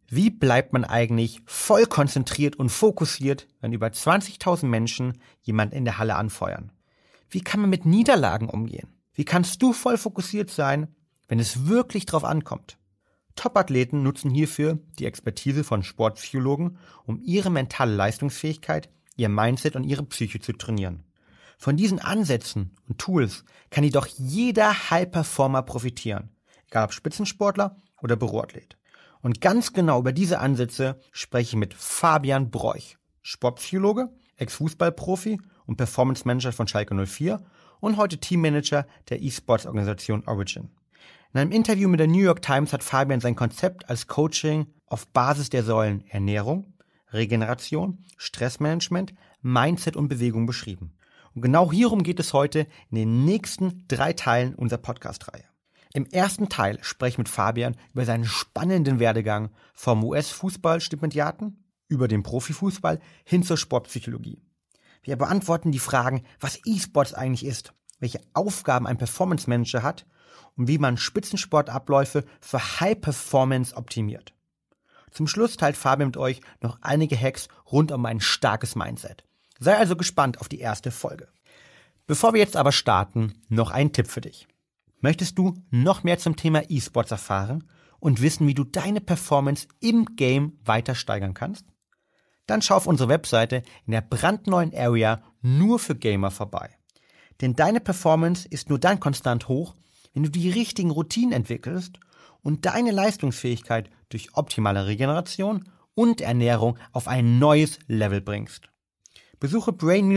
Wie bleibt man eigentlich voll konzentriert und fokussiert, wenn über 20.000 Menschen jemand in der Halle anfeuern? Wie kann man mit Niederlagen umgehen? Wie kannst du voll fokussiert sein, wenn es wirklich drauf ankommt? Top-Athleten nutzen hierfür die Expertise von Sportpsychologen, um ihre mentale Leistungsfähigkeit, ihr Mindset und ihre Psyche zu trainieren. Von diesen Ansätzen und Tools kann jedoch jeder High-Performer profitieren, egal ob Spitzensportler oder Büroathlet. Und ganz genau über diese Ansätze spreche ich mit Fabian Broich, Sportpsychologe, Ex-Fußballprofi und Performance Manager von Schalke 04 und heute Teammanager der E-Sports-Organisation Origin. In einem Interview mit der New York Times hat Fabian sein Konzept als Coaching auf Basis der Säulen Ernährung, Regeneration, Stressmanagement, Mindset und Bewegung beschrieben. Und genau hierum geht es heute in den nächsten 3 Teilen unserer Podcast-Reihe. Im ersten Teil spreche ich mit Fabian über seinen spannenden Werdegang vom US-Fußballstipendiaten über den Profifußball hin zur Sportpsychologie. Wir beantworten die Fragen, was E-Sports eigentlich ist, welche Aufgaben ein Performance Manager hat und wie man Spitzensportabläufe für High Performance optimiert. Zum Schluss teilt Fabian mit euch noch einige Hacks rund um ein starkes Mindset. Sei also gespannt auf die erste Folge. Bevor wir jetzt aber starten, noch ein Tipp für dich. Möchtest du noch mehr zum Thema E-Sports erfahren und wissen, wie du deine Performance im Game weiter steigern kannst? Dann schau auf unsere Webseite in der brandneuen Area nur für Gamer vorbei. Denn deine Performance ist nur dann konstant hoch, wenn du die richtigen Routinen entwickelst und deine Leistungsfähigkeit durch optimale Regeneration und Ernährung auf ein neues Level bringst. Besuche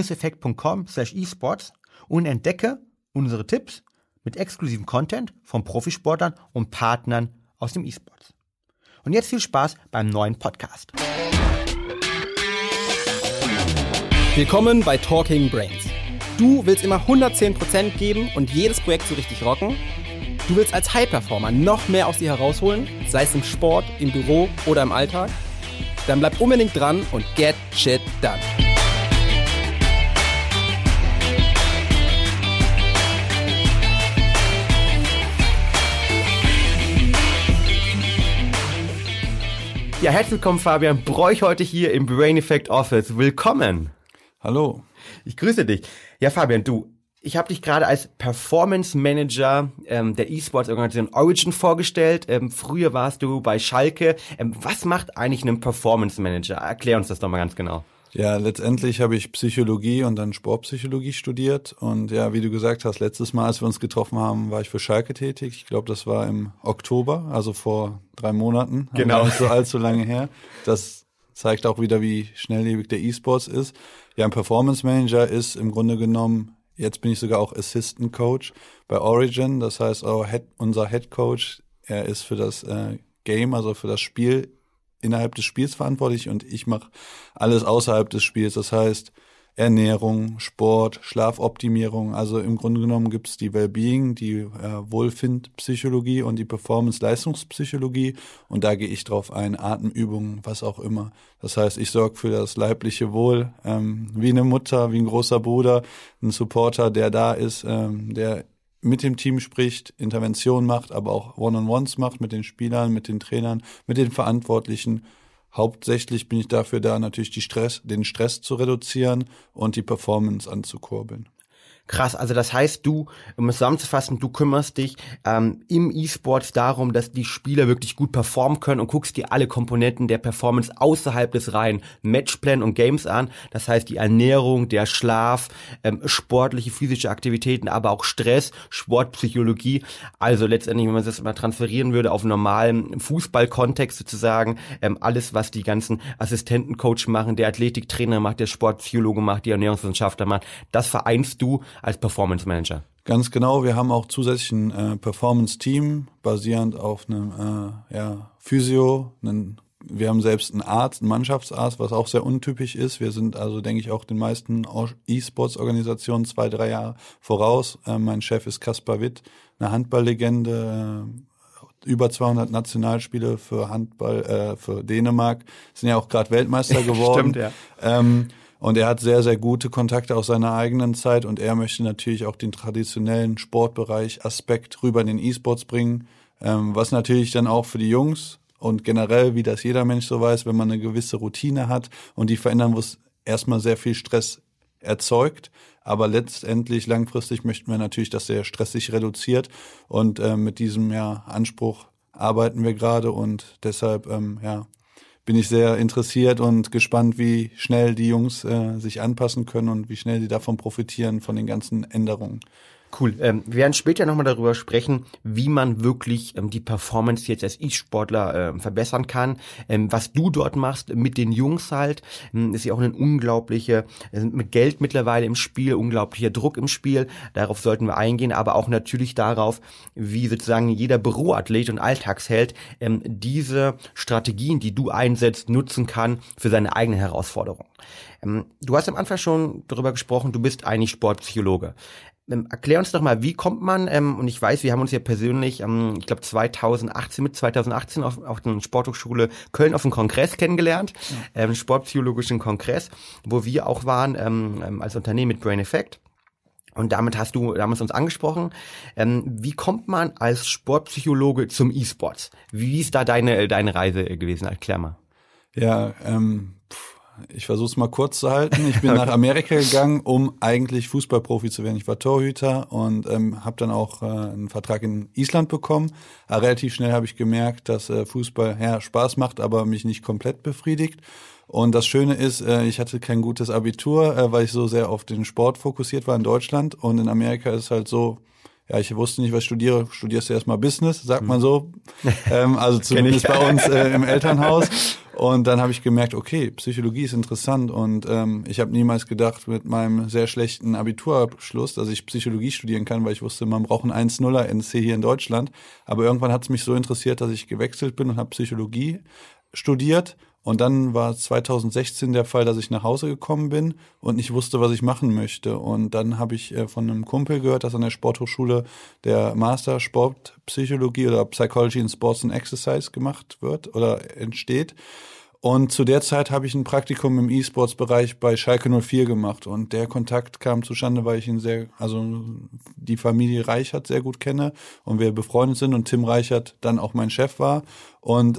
brain-effekt.com/esports und entdecke unsere Tipps mit exklusivem Content von Profisportlern und Partnern aus dem E-Sports. Und jetzt viel Spaß beim neuen Podcast. Willkommen bei Talking Brains. Du willst immer 110% geben und jedes Projekt so richtig rocken? Du willst als High-Performer noch mehr aus dir herausholen, sei es im Sport, im Büro oder im Alltag? Dann bleib unbedingt dran und get shit done. Ja, herzlich willkommen Fabian Broich heute hier im Brain Effect Office. Willkommen. Hallo. Ich grüße dich. Ja, Fabian, ich habe dich gerade als Performance Manager der E-Sports-Organisation Origin vorgestellt. Früher warst du bei Schalke. Was macht eigentlich einen Performance Manager? Erklär uns das doch mal ganz genau. Ja, letztendlich habe ich Psychologie und dann Sportpsychologie studiert. Und ja, wie du gesagt hast, letztes Mal, als wir uns getroffen haben, war ich für Schalke tätig. Ich glaube, das war im Oktober, also vor 3 Monaten. Genau. Nicht so allzu lange her. Das zeigt auch wieder, wie schnelllebig der E-Sports ist. Ja, ein Performance Manager ist im Grunde genommen, jetzt bin ich sogar auch Assistant Coach bei Origin. Das heißt, unser Head Coach, er ist für das Game, also für das Spiel, innerhalb des Spiels verantwortlich und ich mache alles außerhalb des Spiels. Das heißt Ernährung, Sport, Schlafoptimierung. Also im Grunde genommen gibt's die Wellbeing, die Wohlfindpsychologie und die Performance-Leistungspsychologie und da gehe ich drauf ein, Atemübungen, was auch immer. Das heißt, ich sorge für das leibliche Wohl, wie eine Mutter, wie ein großer Bruder, ein Supporter, der da ist, der mit dem Team spricht, Intervention macht, aber auch One-on-Ones macht mit den Spielern, mit den Trainern, mit den Verantwortlichen. Hauptsächlich bin ich dafür da, natürlich den Stress zu reduzieren und die Performance anzukurbeln. Krass, also das heißt, um es zusammenzufassen, du kümmerst dich im E-Sports darum, dass die Spieler wirklich gut performen können und guckst dir alle Komponenten der Performance außerhalb des reinen Matchplan und Games an. Das heißt, die Ernährung, der Schlaf, sportliche, physische Aktivitäten, aber auch Stress, Sportpsychologie. Also letztendlich, wenn man das mal transferieren würde auf einen normalen Fußballkontext sozusagen, alles, was die ganzen Assistentencoach machen, der Athletiktrainer macht, der Sportpsychologe macht, die Ernährungswissenschaftler macht, das vereinst du als Performance Manager. Ganz genau, wir haben auch zusätzlich ein Performance-Team, basierend auf einem Physio. Wir haben selbst einen Arzt, einen Mannschaftsarzt, was auch sehr untypisch ist. Wir sind also, denke ich, auch den meisten E-Sports-Organisationen 2-3 Jahre voraus. Mein Chef ist Kaspar Witt, eine Handballlegende, über 200 Nationalspiele für Handball, für Dänemark, sind ja auch gerade Weltmeister geworden. Stimmt, ja. Und er hat sehr, sehr gute Kontakte aus seiner eigenen Zeit und er möchte natürlich auch den traditionellen Sportbereich Aspekt rüber in den E-Sports bringen, was natürlich dann auch für die Jungs und generell, wie das jeder Mensch so weiß, wenn man eine gewisse Routine hat und die verändern muss, erstmal sehr viel Stress erzeugt. Aber letztendlich, langfristig möchten wir natürlich, dass der Stress sich reduziert und mit diesem Anspruch arbeiten wir gerade und deshalb bin ich sehr interessiert und gespannt, wie schnell die Jungs sich anpassen können und wie schnell sie davon profitieren, von den ganzen Änderungen. Cool. Wir werden später nochmal darüber sprechen, wie man wirklich die Performance jetzt als E-Sportler verbessern kann. Was du dort machst mit den Jungs halt, ist ja auch ein unglaublicher, mit Geld mittlerweile im Spiel, unglaublicher Druck im Spiel. Darauf sollten wir eingehen, aber auch natürlich darauf, wie sozusagen jeder Büroathlet und Alltagsheld diese Strategien, die du einsetzt, nutzen kann für seine eigenen Herausforderungen. Du hast am Anfang schon darüber gesprochen, du bist eigentlich Sportpsychologe. Erklär uns doch mal, wie kommt man, und ich weiß, wir haben uns ja persönlich, ich glaube 2018 auf der Sporthochschule Köln auf einem Kongress kennengelernt, sportpsychologischen Kongress, wo wir auch waren als Unternehmen mit Brain Effect. Und damit hast du damals uns angesprochen. Wie kommt man als Sportpsychologe zum E-Sports? Wie ist da deine Reise gewesen? Erklär mal. Ja, ich versuche es mal kurz zu halten. Ich bin nach Amerika gegangen, um eigentlich Fußballprofi zu werden. Ich war Torhüter und habe dann auch einen Vertrag in Island bekommen. Aber relativ schnell habe ich gemerkt, dass Fußball Spaß macht, aber mich nicht komplett befriedigt. Und das Schöne ist, ich hatte kein gutes Abitur, weil ich so sehr auf den Sport fokussiert war in Deutschland. Und in Amerika ist es halt so, ich wusste nicht, was ich studiere. Studierst du erstmal Business, sagt man so. Also zumindest bei uns im Elternhaus. Und dann habe ich gemerkt, okay, Psychologie ist interessant. Und ich habe niemals gedacht, mit meinem sehr schlechten Abiturabschluss, dass ich Psychologie studieren kann, weil ich wusste, man braucht einen 1,0er NC hier in Deutschland. Aber irgendwann hat es mich so interessiert, dass ich gewechselt bin und habe Psychologie studiert. Und dann war 2016 der Fall, dass ich nach Hause gekommen bin und nicht wusste, was ich machen möchte. Und dann habe ich von einem Kumpel gehört, dass an der Sporthochschule der Master Sportpsychologie oder Psychology in Sports and Exercise gemacht wird oder entsteht. Und zu der Zeit habe ich ein Praktikum im E-Sports-Bereich bei Schalke 04 gemacht. Und der Kontakt kam zustande, weil ich ihn die Familie Reichert sehr gut kenne und wir befreundet sind und Tim Reichert dann auch mein Chef war. Und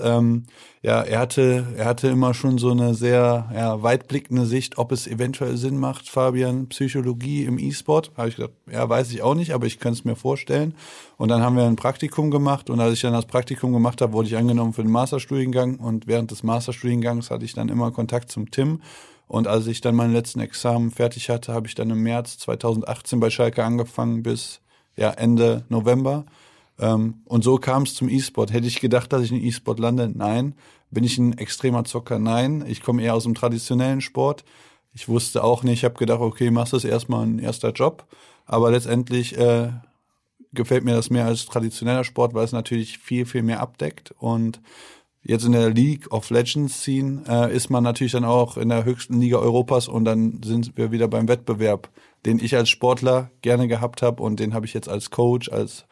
er hatte immer schon so eine sehr weitblickende Sicht, ob es eventuell Sinn macht, Fabian, Psychologie im E-Sport. Habe ich gedacht, weiß ich auch nicht, aber ich könnte es mir vorstellen. Und dann haben wir ein Praktikum gemacht und als ich dann das Praktikum gemacht habe, wurde ich angenommen für den Masterstudiengang und während des Masterstudiengangs hatte ich dann immer Kontakt zum Tim. Und als ich dann meinen letzten Examen fertig hatte, habe ich dann im März 2018 bei Schalke angefangen bis Ende November. Und so kam es zum E-Sport. Hätte ich gedacht, dass ich in den E-Sport lande? Nein. Bin ich ein extremer Zocker? Nein. Ich komme eher aus dem traditionellen Sport. Ich wusste auch nicht, ich habe gedacht, okay, machst du das erstmal ein erster Job. Aber letztendlich gefällt mir das mehr als traditioneller Sport, weil es natürlich viel, viel mehr abdeckt. Und jetzt in der League of Legends Scene ist man natürlich dann auch in der höchsten Liga Europas und dann sind wir wieder beim Wettbewerb, den ich als Sportler gerne gehabt habe und den habe ich jetzt als Coach, als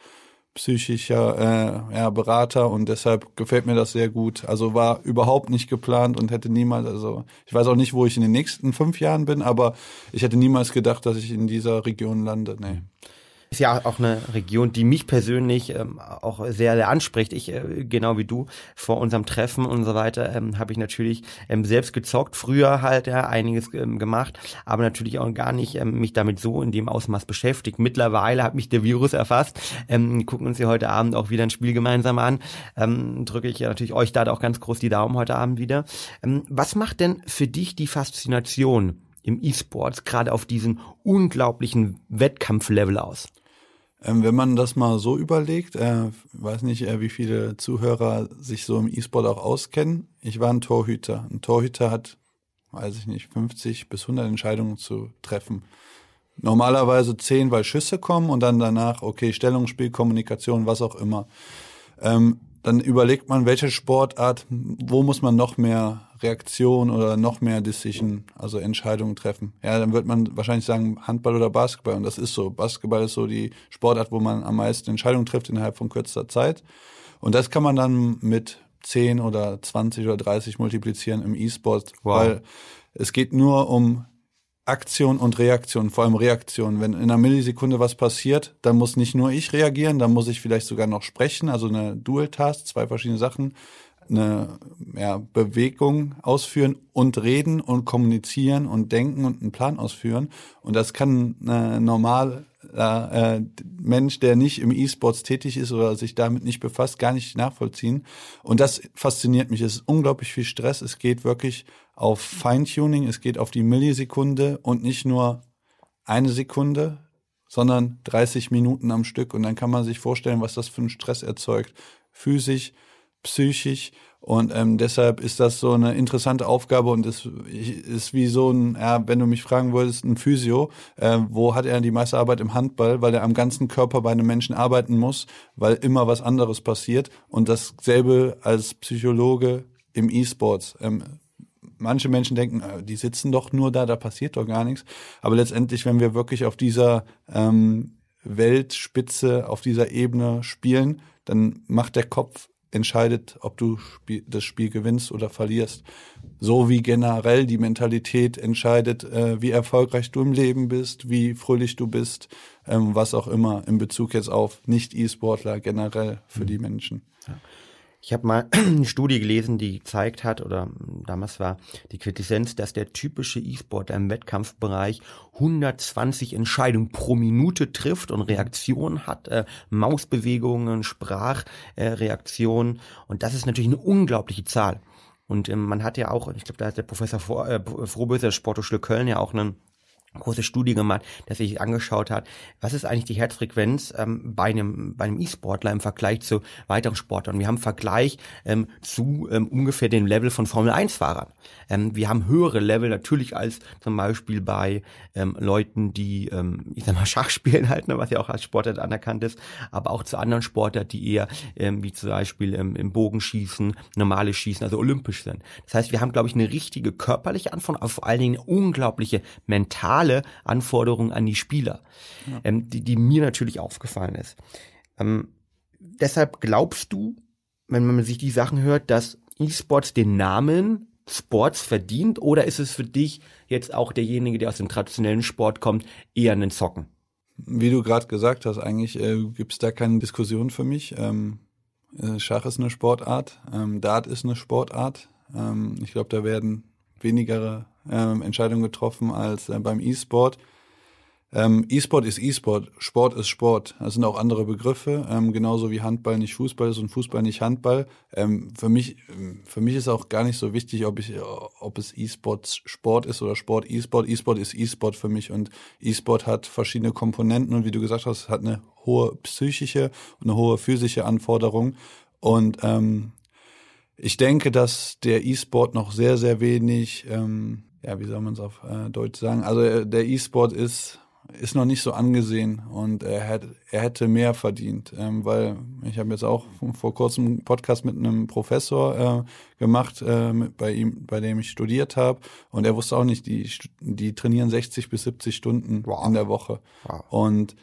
psychischer Berater und deshalb gefällt mir das sehr gut. Also war überhaupt nicht geplant und hätte niemals, ich weiß auch nicht, wo ich in den nächsten 5 Jahren bin, aber ich hätte niemals gedacht, dass ich in dieser Region lande. Nee. Ist ja auch eine Region, die mich persönlich auch sehr, sehr anspricht. Ich, genau wie du, vor unserem Treffen und so weiter, habe ich natürlich selbst gezockt, früher halt einiges gemacht, aber natürlich auch gar nicht mich damit so in dem Ausmaß beschäftigt. Mittlerweile hat mich der Virus erfasst. Gucken uns ja heute Abend auch wieder ein Spiel gemeinsam an. Drücke ich ja natürlich euch da auch ganz groß die Daumen heute Abend wieder. Was macht denn für dich die Faszination im E-Sports gerade auf diesem unglaublichen Wettkampflevel aus? Wenn man das mal so überlegt, weiß nicht, wie viele Zuhörer sich so im E-Sport auch auskennen. Ich war ein Torhüter. Ein Torhüter hat, 50 bis 100 Entscheidungen zu treffen. Normalerweise 10, weil Schüsse kommen und dann danach, okay, Stellungsspiel, Kommunikation, was auch immer. Dann überlegt man, welche Sportart, wo muss man noch mehr Reaktion oder noch mehr Decision, also Entscheidungen treffen. Ja, dann wird man wahrscheinlich sagen Handball oder Basketball und das ist so. Basketball ist so die Sportart, wo man am meisten Entscheidungen trifft innerhalb von kürzester Zeit. Und das kann man dann mit 10 oder 20 oder 30 multiplizieren im E-Sport, weil es geht nur um Aktion und Reaktion, vor allem Reaktion. Wenn in einer Millisekunde was passiert, dann muss nicht nur ich reagieren, dann muss ich vielleicht sogar noch sprechen, also eine Dual-Task, 2 verschiedene Sachen eine Bewegung ausführen und reden und kommunizieren und denken und einen Plan ausführen. Und das kann normal Mensch, der nicht im E-Sports tätig ist oder sich damit nicht befasst, gar nicht nachvollziehen. Und das fasziniert mich. Es ist unglaublich viel Stress. Es geht wirklich auf Feintuning, es geht auf die Millisekunde und nicht nur eine Sekunde, sondern 30 Minuten am Stück. Und dann kann man sich vorstellen, was das für einen Stress erzeugt. Physisch, psychisch. Und deshalb ist das so eine interessante Aufgabe und es ist wie so ein, wenn du mich fragen würdest, ein Physio, wo hat er die meiste Arbeit im Handball, weil er am ganzen Körper bei einem Menschen arbeiten muss, weil immer was anderes passiert. Und dasselbe als Psychologe im E-Sports. Manche Menschen denken, die sitzen doch nur da passiert doch gar nichts. Aber letztendlich, wenn wir wirklich auf dieser Weltspitze, auf dieser Ebene spielen, dann macht der Kopf, entscheidet, ob du das Spiel gewinnst oder verlierst. So wie generell die Mentalität entscheidet, wie erfolgreich du im Leben bist, wie fröhlich du bist, was auch immer in Bezug jetzt auf Nicht-E-Sportler generell für die Menschen. Ja. Ich habe mal eine Studie gelesen, die gezeigt hat, oder damals war die Quintessenz, dass der typische E-Sportler im Wettkampfbereich 120 Entscheidungen pro Minute trifft und Reaktionen hat, Mausbewegungen, Sprachreaktionen. Und das ist natürlich eine unglaubliche Zahl. Und man hat ja auch, ich glaube, da hat der Professor Frohböse der Sporthochschule Köln ja auch eine große Studie gemacht, dass sich angeschaut hat, was ist eigentlich die Herzfrequenz bei einem E-Sportler im Vergleich zu weiteren Sportlern. Wir haben einen Vergleich zu ungefähr dem Level von Formel-1-Fahrern. Wir haben höhere Level natürlich als zum Beispiel bei Leuten, die, Schach spielen halt, ne, was ja auch als Sportart anerkannt ist, aber auch zu anderen Sportarten, die eher wie zum Beispiel im Bogenschießen, normales Schießen, also olympisch sind. Das heißt, wir haben, glaube ich, eine richtige körperliche Anforderung, aber vor allen Dingen eine unglaubliche mentale Anforderungen an die Spieler, die mir natürlich aufgefallen ist. Deshalb glaubst du, wenn man sich die Sachen hört, dass E-Sports den Namen Sports verdient, oder ist es für dich jetzt auch derjenige, der aus dem traditionellen Sport kommt, eher ein Zocken? Wie du gerade gesagt hast, eigentlich gibt es da keine Diskussion für mich. Schach ist eine Sportart, Dart ist eine Sportart. Ich glaube, da werden weniger Entscheidungen getroffen als beim E-Sport. E-Sport ist E-Sport, Sport ist Sport. Das sind auch andere Begriffe, genauso wie Handball nicht Fußball ist und Fußball nicht Handball. Für mich ist auch gar nicht so wichtig, ob es E-Sport Sport ist oder Sport E-Sport. E-Sport ist E-Sport für mich und E-Sport hat verschiedene Komponenten und wie du gesagt hast, hat eine hohe psychische und eine hohe physische Anforderung. Und ich denke, dass der E-Sport noch sehr, sehr wenig, wie soll man es auf Deutsch sagen? Also der E-Sport ist noch nicht so angesehen und er hätte mehr verdient, weil ich habe jetzt auch vor kurzem einen Podcast mit einem Professor gemacht, bei dem ich studiert habe, und er wusste auch nicht, die trainieren 60 bis 70 Stunden in der Woche. Wow. Und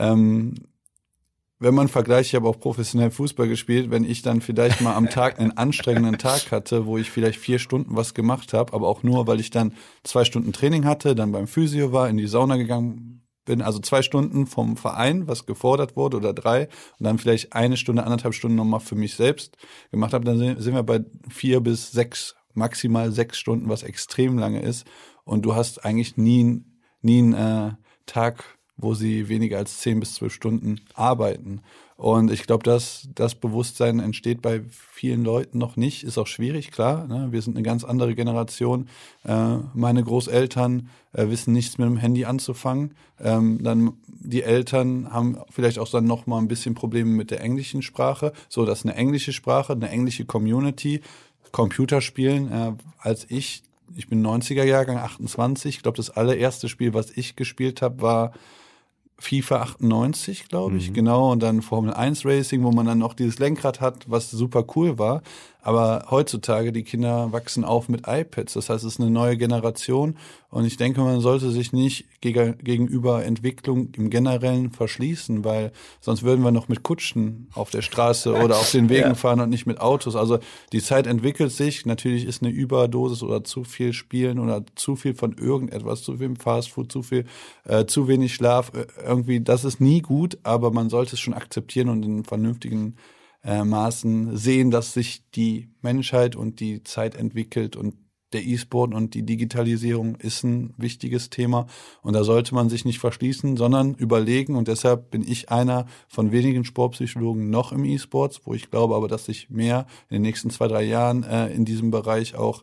wenn man vergleicht, ich habe auch professionell Fußball gespielt, wenn ich dann vielleicht mal am Tag einen anstrengenden Tag hatte, wo ich vielleicht 4 Stunden was gemacht habe, aber auch nur, weil ich dann 2 Stunden Training hatte, dann beim Physio war, in die Sauna gegangen bin, also 2 Stunden vom Verein, was gefordert wurde, oder 3, und dann vielleicht 1 Stunde, 1,5 Stunden nochmal für mich selbst gemacht habe, dann sind wir bei 4 bis 6, maximal 6 Stunden, was extrem lange ist, und du hast eigentlich nie einen Tag, wo sie weniger als 10 bis 12 Stunden arbeiten. Und ich glaube, das Bewusstsein entsteht bei vielen Leuten noch nicht. Ist auch schwierig, klar. Ne? Wir sind eine ganz andere Generation. Meine Großeltern wissen nichts mit dem Handy anzufangen. Dann die Eltern haben vielleicht auch dann noch mal ein bisschen Probleme mit der englischen Sprache. So, dass eine englische Sprache, eine englische Community, Computerspielen, ich bin 90er-Jahrgang, 28. Ich glaube, das allererste Spiel, was ich gespielt habe, war FIFA 98, glaube ich, genau, und dann Formel 1 Racing, wo man dann noch dieses Lenkrad hat, was super cool war. Aber heutzutage, die Kinder wachsen auf mit iPads, das heißt, es ist eine neue Generation, und ich denke, man sollte sich nicht gegenüber Entwicklung im Generellen verschließen, weil sonst würden wir noch mit Kutschen auf der Straße oder auf den Wegen fahren und nicht mit Autos. Also die Zeit entwickelt sich, natürlich ist eine Überdosis oder zu viel Spielen oder zu viel von irgendetwas, zu viel Fastfood, zu wenig Schlaf, irgendwie, das ist nie gut, aber man sollte es schon akzeptieren und in einen vernünftigen Maßen sehen, dass sich die Menschheit und die Zeit entwickelt und der E-Sport und die Digitalisierung ist ein wichtiges Thema und da sollte man sich nicht verschließen, sondern überlegen und deshalb bin ich einer von wenigen Sportpsychologen noch im E-Sports, wo ich glaube aber, dass sich mehr in den nächsten 2-3 Jahren in diesem Bereich auch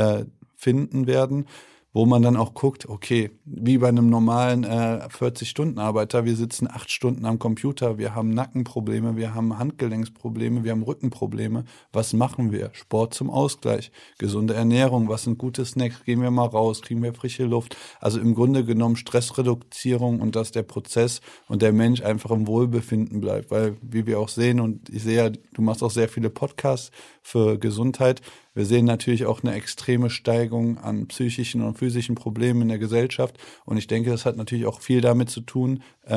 finden werden, wo man dann auch guckt, okay, wie bei einem normalen 40-Stunden-Arbeiter, wir sitzen 8 Stunden am Computer, wir haben Nackenprobleme, wir haben Handgelenksprobleme, wir haben Rückenprobleme. Was machen wir? Sport zum Ausgleich, gesunde Ernährung, was sind gute Snacks? Gehen wir mal raus, kriegen wir frische Luft? Also im Grunde genommen Stressreduzierung und dass der Prozess und der Mensch einfach im Wohlbefinden bleibt. Weil, wie wir auch sehen, und ich sehe ja, du machst auch sehr viele Podcasts für Gesundheit, wir sehen natürlich auch eine extreme Steigerung an psychischen und physischen Problemen in der Gesellschaft. Und ich denke, das hat natürlich auch viel damit zu tun,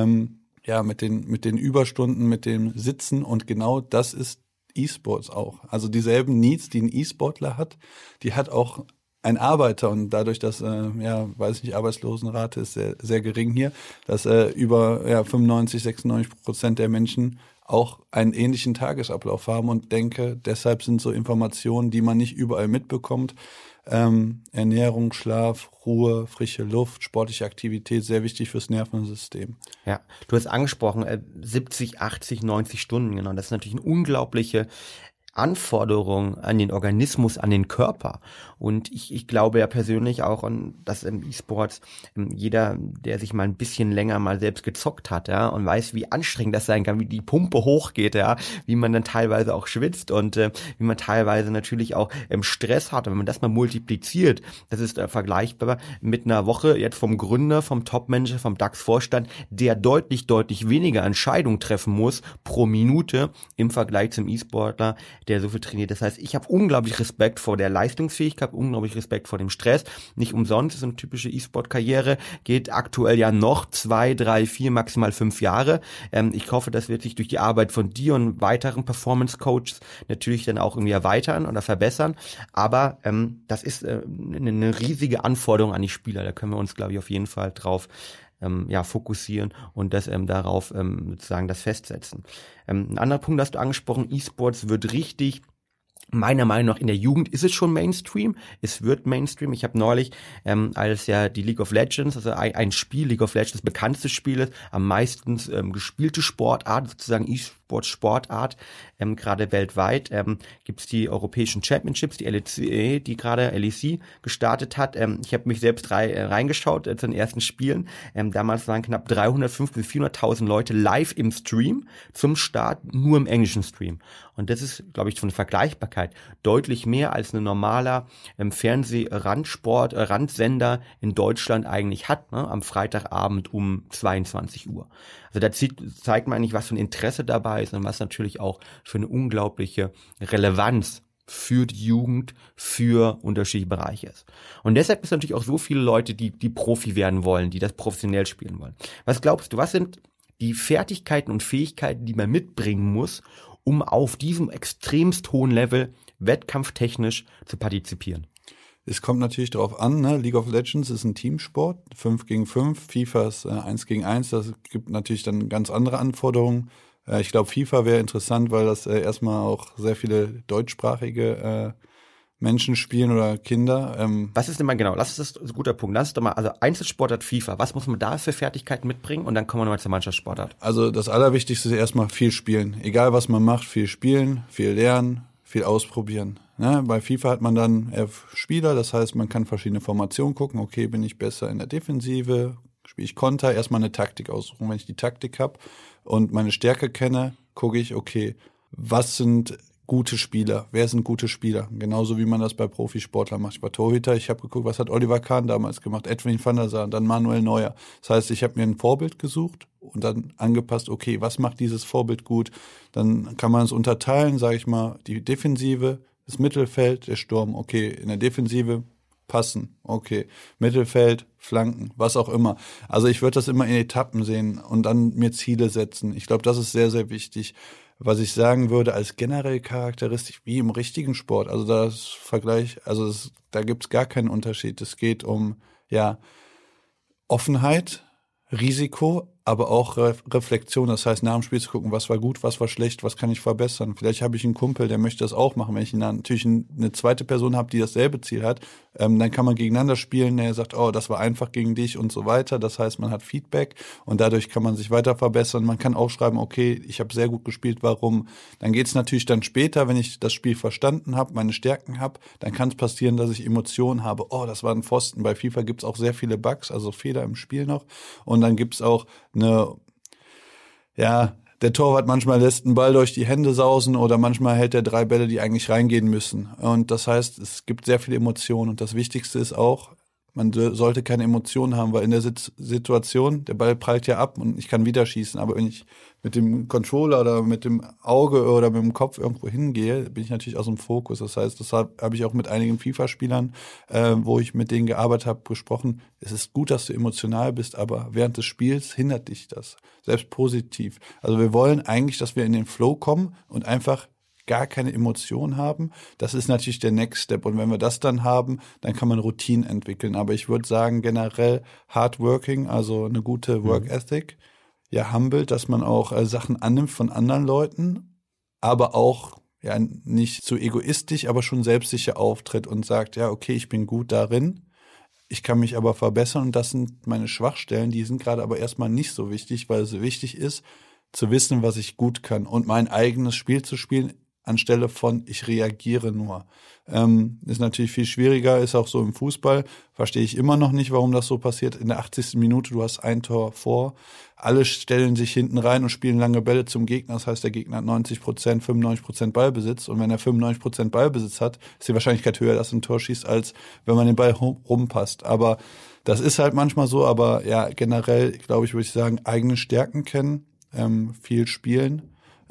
mit den Überstunden, mit dem Sitzen. Und genau das ist E-Sports auch. Also dieselben Needs, die ein E-Sportler hat, die hat auch ein Arbeiter. Und dadurch, dass, Arbeitslosenrate ist sehr, sehr gering hier, dass über 95-96% der Menschen auch einen ähnlichen Tagesablauf haben und denke, deshalb sind so Informationen, die man nicht überall mitbekommt, Ernährung, Schlaf, Ruhe, frische Luft, sportliche Aktivität, sehr wichtig fürs Nervensystem. Ja, du hast angesprochen, 70, 80, 90 Stunden, genau, das ist natürlich eine unglaubliche Anforderung an den Organismus, an den Körper. Und ich glaube ja persönlich auch, dass im E-Sports jeder, der sich mal ein bisschen länger mal selbst gezockt hat, ja, und weiß, wie anstrengend das sein kann, wie die Pumpe hochgeht, ja, wie man dann teilweise auch schwitzt und wie man teilweise natürlich auch Stress hat. Und wenn man das mal multipliziert, das ist vergleichbar mit einer Woche jetzt vom Gründer, vom Topmanager, vom DAX-Vorstand, der deutlich, deutlich weniger Entscheidungen treffen muss pro Minute im Vergleich zum E-Sportler, der so viel trainiert. Das heißt, ich habe unglaublich Respekt vor der Leistungsfähigkeit, unglaublich Respekt vor dem Stress. Nicht umsonst ist so eine typische E-Sport-Karriere, geht aktuell ja noch 2, 3, 4, maximal 5 Jahre. Ich hoffe, das wird sich durch die Arbeit von dir und weiteren Performance-Coaches natürlich dann auch irgendwie erweitern oder verbessern. Aber das ist eine riesige Anforderung an die Spieler. Da können wir uns, glaube ich, auf jeden Fall drauf fokussieren und das darauf sozusagen das festsetzen. Ein anderer Punkt hast du angesprochen, E-Sports wird richtig, meiner Meinung nach in der Jugend ist es schon Mainstream, es wird Mainstream. Ich habe neulich, als ja die League of Legends, also ein Spiel, League of Legends, das bekannteste Spiel ist, am meisten gespielte Sportart, sozusagen E-Sport-Sportart, gerade weltweit, gibt's die europäischen Championships, die LEC, die gerade LEC gestartet hat. Ich habe mich selbst reingeschaut zu den ersten Spielen. Damals waren knapp 350.000 bis 400.000 Leute live im Stream zum Start, nur im englischen Stream. Und das ist, glaube ich, von der Vergleichbarkeit deutlich mehr als ein normaler Randsender in Deutschland eigentlich hat, ne, am Freitagabend um 22 Uhr. Also da zeigt man eigentlich, was für ein Interesse dabei ist und was natürlich auch für eine unglaubliche Relevanz für die Jugend, für unterschiedliche Bereiche ist. Und deshalb ist natürlich auch so viele Leute, die Profi werden wollen, die das professionell spielen wollen. Was glaubst du, was sind die Fertigkeiten und Fähigkeiten, die man mitbringen muss, um auf diesem extremst hohen Level wettkampftechnisch zu partizipieren? Es kommt natürlich darauf an, ne? League of Legends ist ein Teamsport, 5 gegen 5, FIFA ist 1 gegen 1, das gibt natürlich dann ganz andere Anforderungen. Ich glaube, FIFA wäre interessant, weil das erstmal auch sehr viele deutschsprachige Menschen spielen oder Kinder. Was ist denn mal genau, das ist ein guter Punkt, lass uns doch mal, also Einzelsportart FIFA, was muss man da für Fertigkeiten mitbringen und dann kommen wir nochmal zur Mannschaftssportart. Also das Allerwichtigste ist erstmal viel spielen, egal was man macht, viel spielen, viel lernen, viel ausprobieren. Ne? Bei FIFA hat man dann 11 Spieler, das heißt, man kann verschiedene Formationen gucken. Okay, bin ich besser in der Defensive? Spiele ich Konter? Erstmal eine Taktik aussuchen. Wenn ich die Taktik habe und meine Stärke kenne, gucke ich, okay, was sind gute Spieler? Wer sind gute Spieler? Genauso wie man das bei Profisportlern macht. Ich war Torhüter, ich habe geguckt, was hat Oliver Kahn damals gemacht, Edwin van der Sar, dann Manuel Neuer. Das heißt, ich habe mir ein Vorbild gesucht und dann angepasst, okay, was macht dieses Vorbild gut? Dann kann man es unterteilen, sage ich mal, die Defensive, das Mittelfeld, der Sturm, okay, in der Defensive passen, okay, Mittelfeld, Flanken, was auch immer. Also ich würde das immer in Etappen sehen und dann mir Ziele setzen. Ich glaube, das ist sehr, sehr wichtig. Was ich sagen würde als generell charakteristisch wie im richtigen Sport, also das Vergleich, da gibt's gar keinen Unterschied. Es geht um Offenheit, Risiko, aber auch Reflexion, das heißt nach dem Spiel zu gucken, was war gut, was war schlecht, was kann ich verbessern. Vielleicht habe ich einen Kumpel, der möchte das auch machen. Wenn ich natürlich eine zweite Person habe, die dasselbe Ziel hat, dann kann man gegeneinander spielen, der sagt, oh, das war einfach gegen dich und so weiter. Das heißt, man hat Feedback und dadurch kann man sich weiter verbessern. Man kann auch schreiben, okay, ich habe sehr gut gespielt, warum? Dann geht es natürlich dann später, wenn ich das Spiel verstanden habe, meine Stärken habe, dann kann es passieren, dass ich Emotionen habe. Oh, das war ein Pfosten. Bei FIFA gibt es auch sehr viele Bugs, also Fehler im Spiel noch. Und dann gibt es auch der Torwart manchmal lässt einen Ball durch die Hände sausen oder manchmal hält er 3 Bälle, die eigentlich reingehen müssen. Und das heißt, es gibt sehr viele Emotionen. Und das Wichtigste ist auch, man sollte keine Emotionen haben, weil in der Situation, der Ball prallt ja ab und ich kann wieder schießen. Aber wenn ich mit dem Controller oder mit dem Auge oder mit dem Kopf irgendwo hingehe, bin ich natürlich aus dem Fokus. Das heißt, deshalb habe ich auch mit einigen FIFA-Spielern, wo ich mit denen gearbeitet habe, gesprochen. Es ist gut, dass du emotional bist, aber während des Spiels hindert dich das. Selbst positiv. Also wir wollen eigentlich, dass wir in den Flow kommen und einfach gar keine Emotionen haben. Das ist natürlich der Next Step. Und wenn wir das dann haben, dann kann man Routinen entwickeln. Aber ich würde sagen, generell Hardworking, also eine gute Work Ethic, humble, dass man auch Sachen annimmt von anderen Leuten, aber auch nicht zu egoistisch, aber schon selbstsicher auftritt und sagt, ja, okay, ich bin gut darin, ich kann mich aber verbessern und das sind meine Schwachstellen, die sind gerade aber erstmal nicht so wichtig, weil es wichtig ist, zu wissen, was ich gut kann und mein eigenes Spiel zu spielen, anstelle von ich reagiere nur. Ist natürlich viel schwieriger, ist auch so im Fußball, verstehe ich immer noch nicht, warum das so passiert. In der 80. Minute, du hast ein Tor vor, alle stellen sich hinten rein und spielen lange Bälle zum Gegner, das heißt, der Gegner hat 90%, 95% Ballbesitz und wenn er 95% Ballbesitz hat, ist die Wahrscheinlichkeit höher, dass er ein Tor schießt, als wenn man den Ball rumpasst. Aber das ist halt manchmal so, aber ja, generell, glaube ich, würde ich sagen, eigene Stärken kennen, viel spielen,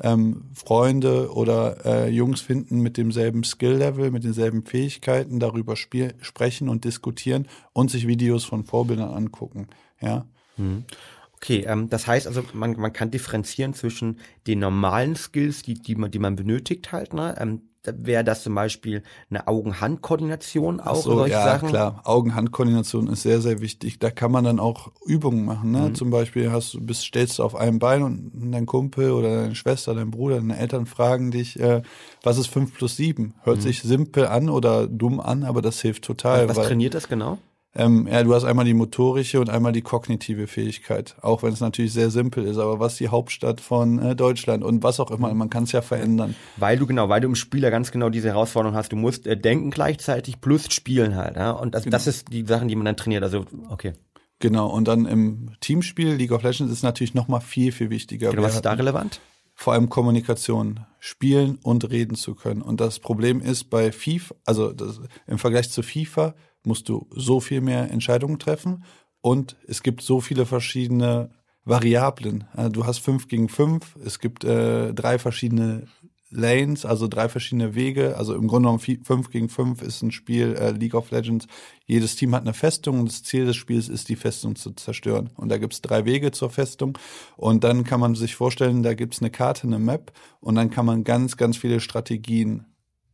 Freunde oder Jungs finden mit demselben Skill-Level, mit denselben Fähigkeiten, darüber sprechen und diskutieren und sich Videos von Vorbildern angucken. Ja. Okay, das heißt also, man kann differenzieren zwischen den normalen Skills, die man benötigt halt, ne? Wäre das zum Beispiel eine Augen-Hand-Koordination auch so, solche Sachen? Ja, klar. Augen-Hand-Koordination ist sehr, sehr wichtig. Da kann man dann auch Übungen machen. Ne? Zum Beispiel stellst du auf einem Bein und dein Kumpel oder deine Schwester, dein Bruder, deine Eltern fragen dich, was ist 5+7? Hört sich simpel an oder dumm an, aber das hilft total. Was trainiert das genau? Du hast einmal die motorische und einmal die kognitive Fähigkeit, auch wenn es natürlich sehr simpel ist, aber was ist die Hauptstadt von Deutschland und was auch immer, man kann es ja verändern. Weil du im Spieler ganz genau diese Herausforderung hast, du musst denken gleichzeitig plus spielen halt, ja? Und das ist die Sachen, die man dann trainiert, also okay. Genau, und dann im Teamspiel, League of Legends, ist natürlich nochmal viel, viel wichtiger. Genau, was ist da relevant? Vor allem Kommunikation, spielen und reden zu können. Und das Problem ist bei FIFA, im Vergleich zu FIFA, musst du so viel mehr Entscheidungen treffen und es gibt so viele verschiedene Variablen. Du hast 5 gegen 5, es gibt 3 verschiedene Lanes, also 3 verschiedene Wege. Also im Grunde genommen 5 gegen 5 ist ein Spiel League of Legends. Jedes Team hat eine Festung und das Ziel des Spiels ist, die Festung zu zerstören. Und da gibt's 3 Wege zur Festung und dann kann man sich vorstellen, da gibt's eine Karte, eine Map und dann kann man ganz, ganz viele Strategien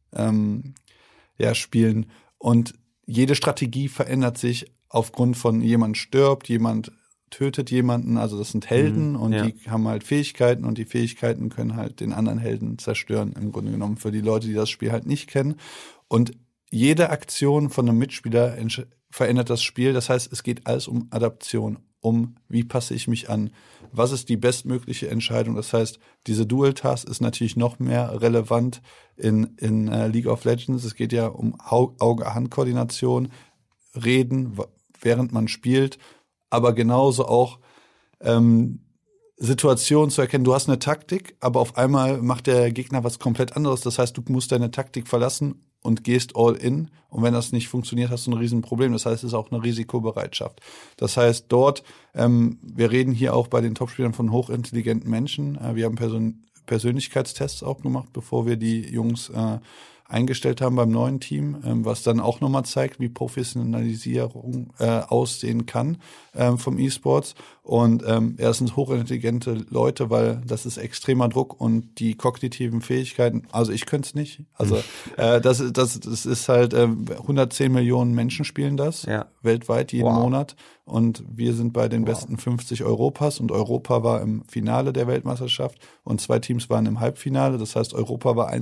spielen und jede Strategie verändert sich aufgrund von jemand stirbt, jemand tötet jemanden, also das sind Helden und die haben halt Fähigkeiten und die Fähigkeiten können halt den anderen Helden zerstören, im Grunde genommen für die Leute, die das Spiel halt nicht kennen. Und jede Aktion von einem Mitspieler verändert das Spiel, das heißt, es geht alles um Adaption, um wie passe ich mich an, was ist die bestmögliche Entscheidung, das heißt, diese Dual Task ist natürlich noch mehr relevant in League of Legends, es geht ja um Auge-Hand-Koordination, reden, während man spielt, aber genauso auch Situationen zu erkennen, du hast eine Taktik, aber auf einmal macht der Gegner was komplett anderes, das heißt, du musst deine Taktik verlassen und gehst all in und wenn das nicht funktioniert, hast du ein Riesenproblem. Das heißt, es ist auch eine Risikobereitschaft. Das heißt, dort, wir reden hier auch bei den Topspielern von hochintelligenten Menschen. Wir haben Persönlichkeitstests auch gemacht, bevor wir die Jungs eingestellt haben beim neuen Team, was dann auch nochmal zeigt, wie Professionalisierung aussehen kann vom E-Sports. Und es sind hochintelligente Leute, weil das ist extremer Druck und die kognitiven Fähigkeiten, also ich könnte es nicht. Also das ist halt 110 Millionen Menschen spielen das weltweit jeden Monat. Und wir sind bei den besten 50 Europas und Europa war im Finale der Weltmeisterschaft und 2 Teams waren im Halbfinale. Das heißt, Europa war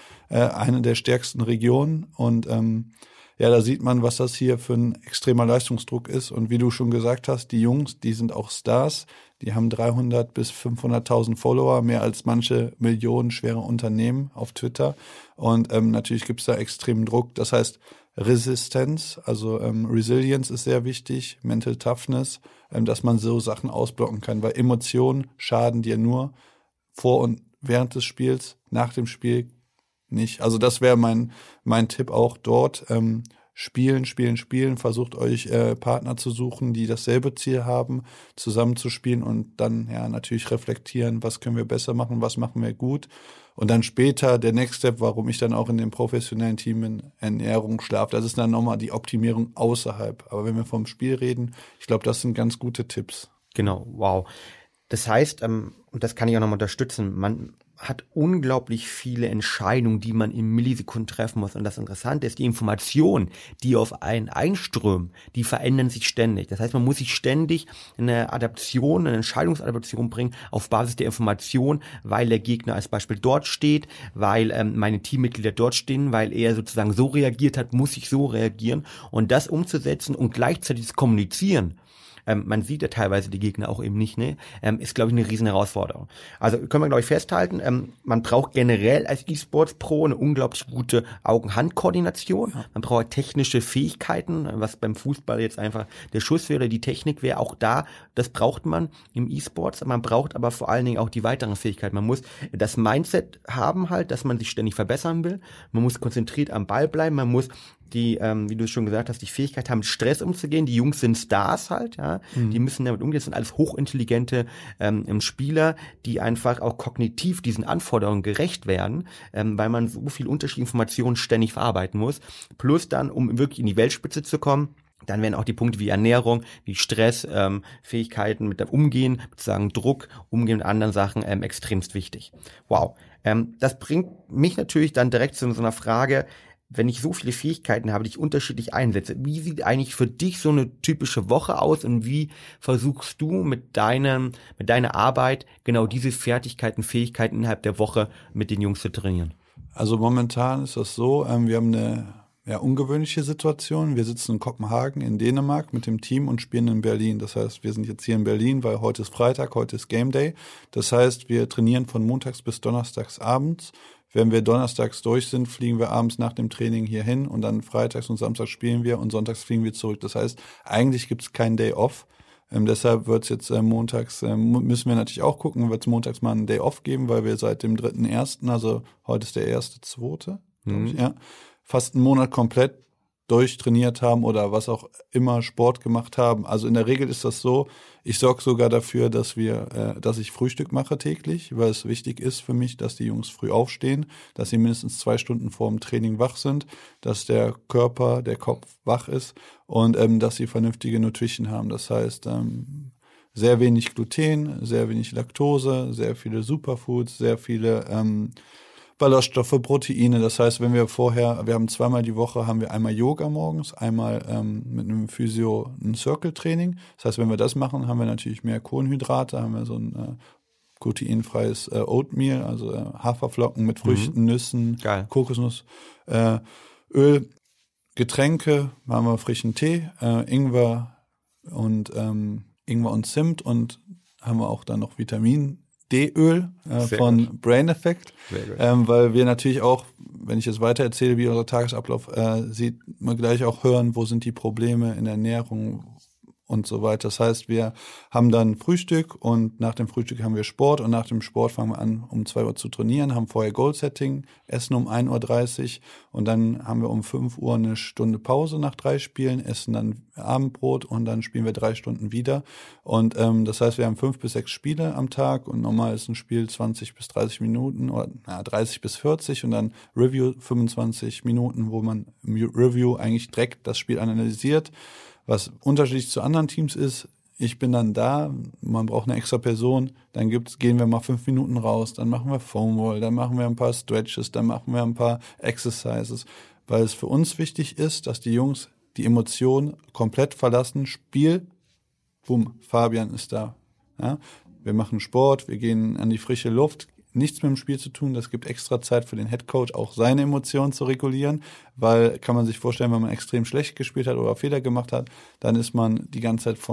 eine der stärksten Regionen und da sieht man, was das hier für ein extremer Leistungsdruck ist. Und wie du schon gesagt hast, die Jungs, die sind auch Stars. Die haben 300 bis 500.000 Follower, mehr als manche millionenschwere Unternehmen auf Twitter. Und natürlich gibt es da extremen Druck. Das heißt, Resistenz, also Resilience ist sehr wichtig, Mental Toughness, dass man so Sachen ausblocken kann, weil Emotionen schaden dir nur vor und während des Spiels, nach dem Spiel nicht. Also das wäre mein Tipp auch dort. Spielen, versucht euch Partner zu suchen, die dasselbe Ziel haben, zusammen zu spielen und dann natürlich reflektieren, was können wir besser machen, was machen wir gut. Und dann später der Next Step, warum ich dann auch in dem professionellen Team in Ernährung, Schlaf, das ist dann nochmal die Optimierung außerhalb. Aber wenn wir vom Spiel reden, ich glaube, das sind ganz gute Tipps. Genau, wow. Das heißt, und das kann ich auch nochmal unterstützen, man hat unglaublich viele Entscheidungen, die man in Millisekunden treffen muss. Und das Interessante ist, die Informationen, die auf einen einströmen, die verändern sich ständig. Das heißt, man muss sich ständig eine Entscheidungsadaption bringen auf Basis der Information, weil der Gegner als Beispiel dort steht, weil meine Teammitglieder dort stehen, weil er sozusagen so reagiert hat, muss ich so reagieren. Und das umzusetzen und gleichzeitig zu kommunizieren, man sieht ja teilweise die Gegner auch eben nicht, ist, glaube ich, eine riesen Herausforderung. Also können wir, glaube ich, festhalten, man braucht generell als E-Sports-Pro eine unglaublich gute Augen-Hand-Koordination. Ja. Man braucht technische Fähigkeiten, was beim Fußball jetzt einfach der Schuss wäre oder die Technik wäre. Auch da, das braucht man im E-Sports. Man braucht aber vor allen Dingen auch die weiteren Fähigkeiten. Man muss das Mindset haben halt, dass man sich ständig verbessern will. Man muss konzentriert am Ball bleiben. Man muss die, wie du es schon gesagt hast, die Fähigkeit haben, mit Stress umzugehen. Die Jungs sind Stars halt, Die müssen damit umgehen. Das sind alles hochintelligente Spieler, die einfach auch kognitiv diesen Anforderungen gerecht werden, weil man so viel unterschiedliche Informationen ständig verarbeiten muss. Plus dann, um wirklich in die Weltspitze zu kommen, dann werden auch die Punkte wie Ernährung, wie Stress, Fähigkeiten mit dem Umgehen, sozusagen Druck, Umgehen mit anderen Sachen extremst wichtig. Wow. Das bringt mich natürlich dann direkt zu so einer Frage, wenn ich so viele Fähigkeiten habe, die ich unterschiedlich einsetze, wie sieht eigentlich für dich so eine typische Woche aus und wie versuchst du mit deiner Arbeit genau diese Fertigkeiten, Fähigkeiten innerhalb der Woche mit den Jungs zu trainieren? Also momentan ist das so, wir haben eine ungewöhnliche Situation. Wir sitzen in Kopenhagen in Dänemark mit dem Team und spielen in Berlin. Das heißt, wir sind jetzt hier in Berlin, weil heute ist Freitag, heute ist Game Day. Das heißt, wir trainieren von montags bis donnerstags abends. Wenn wir donnerstags durch sind, fliegen wir abends nach dem Training hier hin und dann freitags und samstags spielen wir und sonntags fliegen wir zurück. Das heißt, eigentlich gibt es keinen Day Off. Deshalb wird es jetzt montags, müssen wir natürlich auch gucken, wird es montags mal einen Day Off geben, weil wir seit dem 3.1., also heute ist der 1.2., glaube ich, fast einen Monat komplett durchtrainiert haben oder was auch immer Sport gemacht haben. Also in der Regel ist das so, ich sorge sogar dafür, dass ich Frühstück mache täglich, weil es wichtig ist für mich, dass die Jungs früh aufstehen, dass sie mindestens 2 Stunden vor dem Training wach sind, dass der Körper, der Kopf wach ist und dass sie vernünftige Nutrition haben. Das heißt, sehr wenig Gluten, sehr wenig Laktose, sehr viele Superfoods, sehr viele Ballaststoffe, Proteine. Das heißt, wir haben 2-mal die Woche, haben wir einmal Yoga morgens, einmal mit einem Physio ein Circle-Training. Das heißt, wenn wir das machen, haben wir natürlich mehr Kohlenhydrate, haben wir so ein gluteinfreies Oatmeal, also Haferflocken mit Früchten, Nüssen, Kokosnuss, Öl, Getränke, haben wir frischen Tee, Ingwer und Zimt und haben wir auch dann noch Vitamin D-Öl von Brain Effect, weil wir natürlich auch, wenn ich jetzt weiter erzähle, wie unser Tagesablauf sieht, man gleich auch hören, wo sind die Probleme in der Ernährung, und so weiter. Das heißt, wir haben dann Frühstück und nach dem Frühstück haben wir Sport und nach dem Sport fangen wir an, um 2 Uhr zu trainieren, haben vorher Goal-Setting, essen um 1.30 Uhr und dann haben wir um 5 Uhr eine Stunde Pause nach 3 Spielen, essen dann Abendbrot und dann spielen wir 3 Stunden wieder. Und das heißt, wir haben 5 bis 6 Spiele am Tag und normal ist ein Spiel 20 bis 30 Minuten oder 30 bis 40 und dann Review 25 Minuten, wo man im Review eigentlich direkt das Spiel analysiert. Was unterschiedlich zu anderen Teams ist, ich bin dann da, man braucht eine extra Person, dann gehen wir mal 5 Minuten raus, dann machen wir Foam Roll, dann machen wir ein paar Stretches, dann machen wir ein paar Exercises, weil es für uns wichtig ist, dass die Jungs die Emotionen komplett verlassen, Spiel, bumm, Fabian ist da. Ja? Wir machen Sport, wir gehen an die frische Luft, nichts mit dem Spiel zu tun, das gibt extra Zeit für den Headcoach, auch seine Emotionen zu regulieren, weil kann man sich vorstellen, wenn man extrem schlecht gespielt hat oder Fehler gemacht hat, dann ist man die ganze Zeit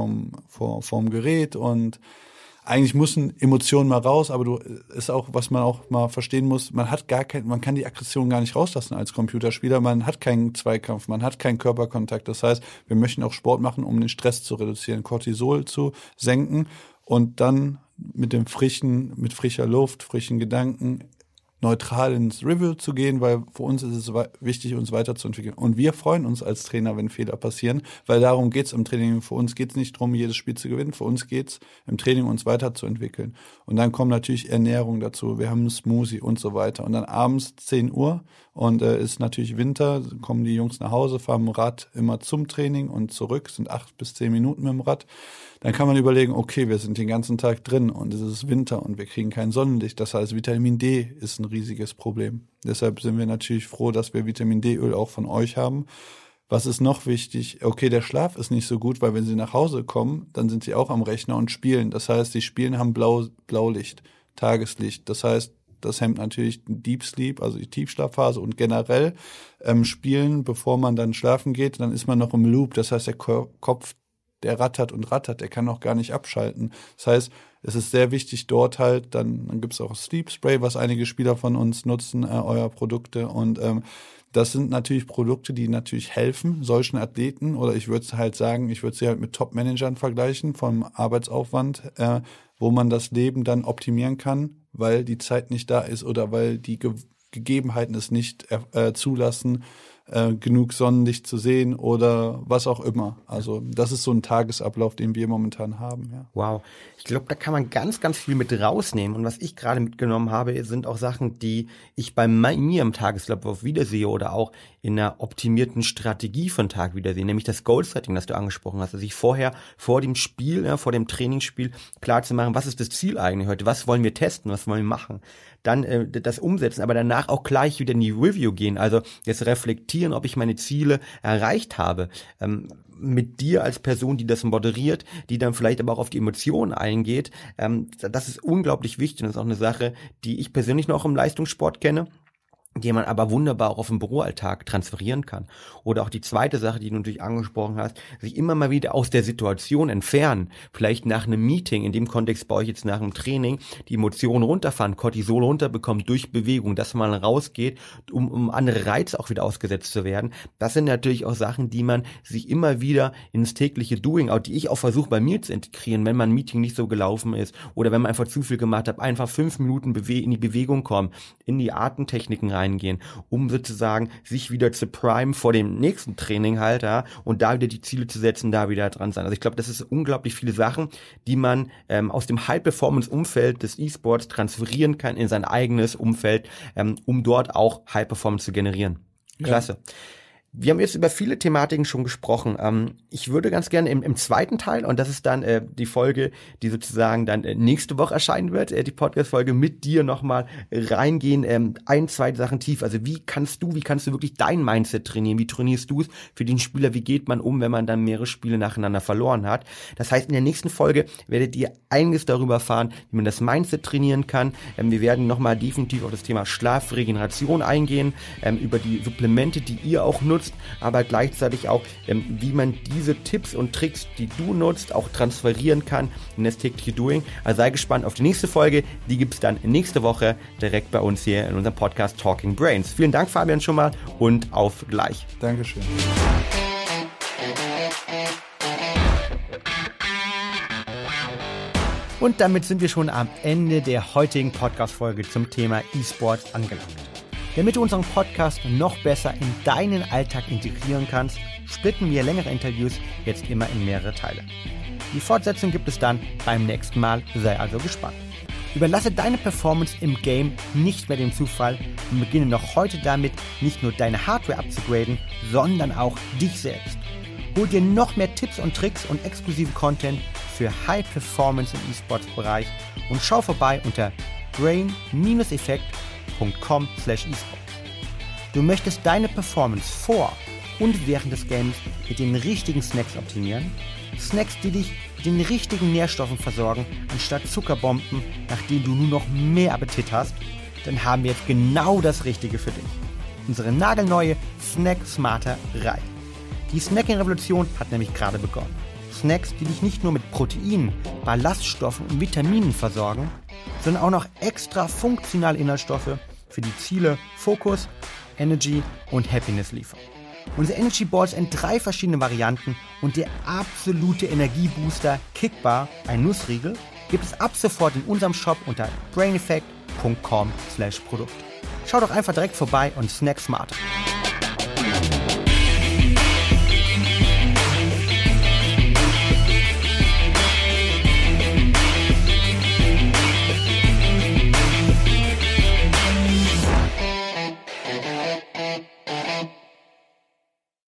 vorm Gerät und eigentlich müssen Emotionen mal raus, aber ist auch, was man auch mal verstehen muss, man kann die Aggression gar nicht rauslassen als Computerspieler, man hat keinen Zweikampf, man hat keinen Körperkontakt, das heißt, wir möchten auch Sport machen, um den Stress zu reduzieren, Cortisol zu senken und dann mit frischer Luft, frischen Gedanken, neutral ins Review zu gehen, weil für uns ist es wichtig, uns weiterzuentwickeln. Und wir freuen uns als Trainer, wenn Fehler passieren, weil darum geht's im Training. Für uns geht's nicht darum, jedes Spiel zu gewinnen. Für uns geht's im Training, uns weiterzuentwickeln. Und dann kommt natürlich Ernährung dazu. Wir haben einen Smoothie und so weiter. Und dann abends 10 Uhr und ist natürlich Winter, kommen die Jungs nach Hause, fahren mit dem Rad immer zum Training und zurück, sind 8 bis 10 Minuten mit dem Rad. Dann kann man überlegen, okay, wir sind den ganzen Tag drin und es ist Winter und wir kriegen kein Sonnenlicht. Das heißt, Vitamin D ist ein riesiges Problem. Deshalb sind wir natürlich froh, dass wir Vitamin D-Öl auch von euch haben. Was ist noch wichtig? Okay, der Schlaf ist nicht so gut, weil wenn sie nach Hause kommen, dann sind sie auch am Rechner und spielen. Das heißt, die Spielen haben Blaulicht, Tageslicht. Das heißt, das hemmt natürlich den Deep Sleep, also die Tiefschlafphase und generell Spielen, bevor man dann schlafen geht, dann ist man noch im Loop. Das heißt, der Kopf, der rattert und rattert, der kann auch gar nicht abschalten. Das heißt, es ist sehr wichtig dort halt, dann gibt es auch Sleep Spray, was einige Spieler von uns nutzen, euer Produkte und das sind natürlich Produkte, die natürlich helfen, solchen Athleten oder ich würde halt sagen, ich würde sie halt mit Top-Managern vergleichen vom Arbeitsaufwand, wo man das Leben dann optimieren kann, weil die Zeit nicht da ist oder weil die Gegebenheiten es nicht zulassen, genug Sonnenlicht zu sehen oder was auch immer. Also das ist so ein Tagesablauf, den wir momentan haben. Ja. Wow, ich glaube, da kann man ganz, ganz viel mit rausnehmen. Und was ich gerade mitgenommen habe, sind auch Sachen, die ich bei mir im Tagesablauf wiedersehe oder auch in einer optimierten Strategie von Tag wiedersehe, nämlich das Goal-Setting, das du angesprochen hast. Also sich vorher, vor dem Spiel, vor dem Trainingsspiel klar zu machen, was ist das Ziel eigentlich heute, was wollen wir testen, was wollen wir machen. Dann das umsetzen, aber danach auch gleich wieder in die Review gehen, also jetzt reflektieren, ob ich meine Ziele erreicht habe. Mit dir als Person, die das moderiert, die dann vielleicht aber auch auf die Emotionen eingeht. Das ist unglaublich wichtig und das ist auch eine Sache, die ich persönlich noch im Leistungssport kenne, die man aber wunderbar auch auf den Büroalltag transferieren kann. Oder auch die zweite Sache, die du natürlich angesprochen hast, sich immer mal wieder aus der Situation entfernen. Vielleicht nach einem Meeting, in dem Kontext bei euch jetzt nach einem Training, die Emotionen runterfahren, Cortisol runterbekommen durch Bewegung, dass man rausgeht, um andere Reize auch wieder ausgesetzt zu werden. Das sind natürlich auch Sachen, die man sich immer wieder ins tägliche Doing, auch die ich auch versuche bei mir zu integrieren, wenn mein Meeting nicht so gelaufen ist oder wenn man einfach zu viel gemacht hat, einfach 5 Minuten in die Bewegung kommen, in die Atemtechniken reingehen, um sozusagen sich wieder zu prime vor dem nächsten Training halt, ja, und da wieder die Ziele zu setzen, da wieder dran sein. Also ich glaube, das ist unglaublich viele Sachen, die man aus dem High-Performance-Umfeld des E-Sports transferieren kann in sein eigenes Umfeld, um dort auch High-Performance zu generieren. Klasse. Ja. Wir haben jetzt über viele Thematiken schon gesprochen. Ich würde ganz gerne im zweiten Teil, und das ist dann die Folge, die sozusagen dann nächste Woche erscheinen wird, die Podcast-Folge mit dir nochmal reingehen, 1, 2 Sachen tief. Also wie kannst du wirklich dein Mindset trainieren? Wie trainierst du es für den Spieler? Wie geht man um, wenn man dann mehrere Spiele nacheinander verloren hat? Das heißt, in der nächsten Folge werdet ihr einiges darüber erfahren, wie man das Mindset trainieren kann. Wir werden nochmal definitiv auf das Thema Schlaf, Regeneration eingehen, über die Supplemente, die ihr auch nutzt, aber gleichzeitig auch, wie man diese Tipps und Tricks, die du nutzt, auch transferieren kann in das tägliche Doing. Also sei gespannt auf die nächste Folge. Die gibt es dann nächste Woche direkt bei uns hier in unserem Podcast Talking Brains. Vielen Dank, Fabian, schon mal und auf gleich. Dankeschön. Und damit sind wir schon am Ende der heutigen Podcast-Folge zum Thema E-Sports angelangt. Damit du unseren Podcast noch besser in deinen Alltag integrieren kannst, splitten wir längere Interviews jetzt immer in mehrere Teile. Die Fortsetzung gibt es dann beim nächsten Mal, sei also gespannt. Überlasse deine Performance im Game nicht mehr dem Zufall und beginne noch heute damit, nicht nur deine Hardware abzugraden, sondern auch dich selbst. Hol dir noch mehr Tipps und Tricks und exklusive Content für High Performance im E-Sports-Bereich und schau vorbei unter brain-effekt.com/esports. Du möchtest deine Performance vor und während des Games mit den richtigen Snacks optimieren? Snacks, die dich mit den richtigen Nährstoffen versorgen, anstatt Zuckerbomben, nach denen du nur noch mehr Appetit hast? Dann haben wir jetzt genau das Richtige für dich. Unsere nagelneue Snack Smarter Reihe. Die Snacking-Revolution hat nämlich gerade begonnen. Snacks, die dich nicht nur mit Proteinen, Ballaststoffen und Vitaminen versorgen, sondern auch noch extra funktionale Inhaltsstoffe für die Ziele Focus, Energy und Happiness liefern. Unsere Energy Balls in 3 verschiedenen Varianten und der absolute Energiebooster Kickbar, ein Nussriegel, gibt es ab sofort in unserem Shop unter braineffect.com/Produkt. Schau doch einfach direkt vorbei und snack smarter.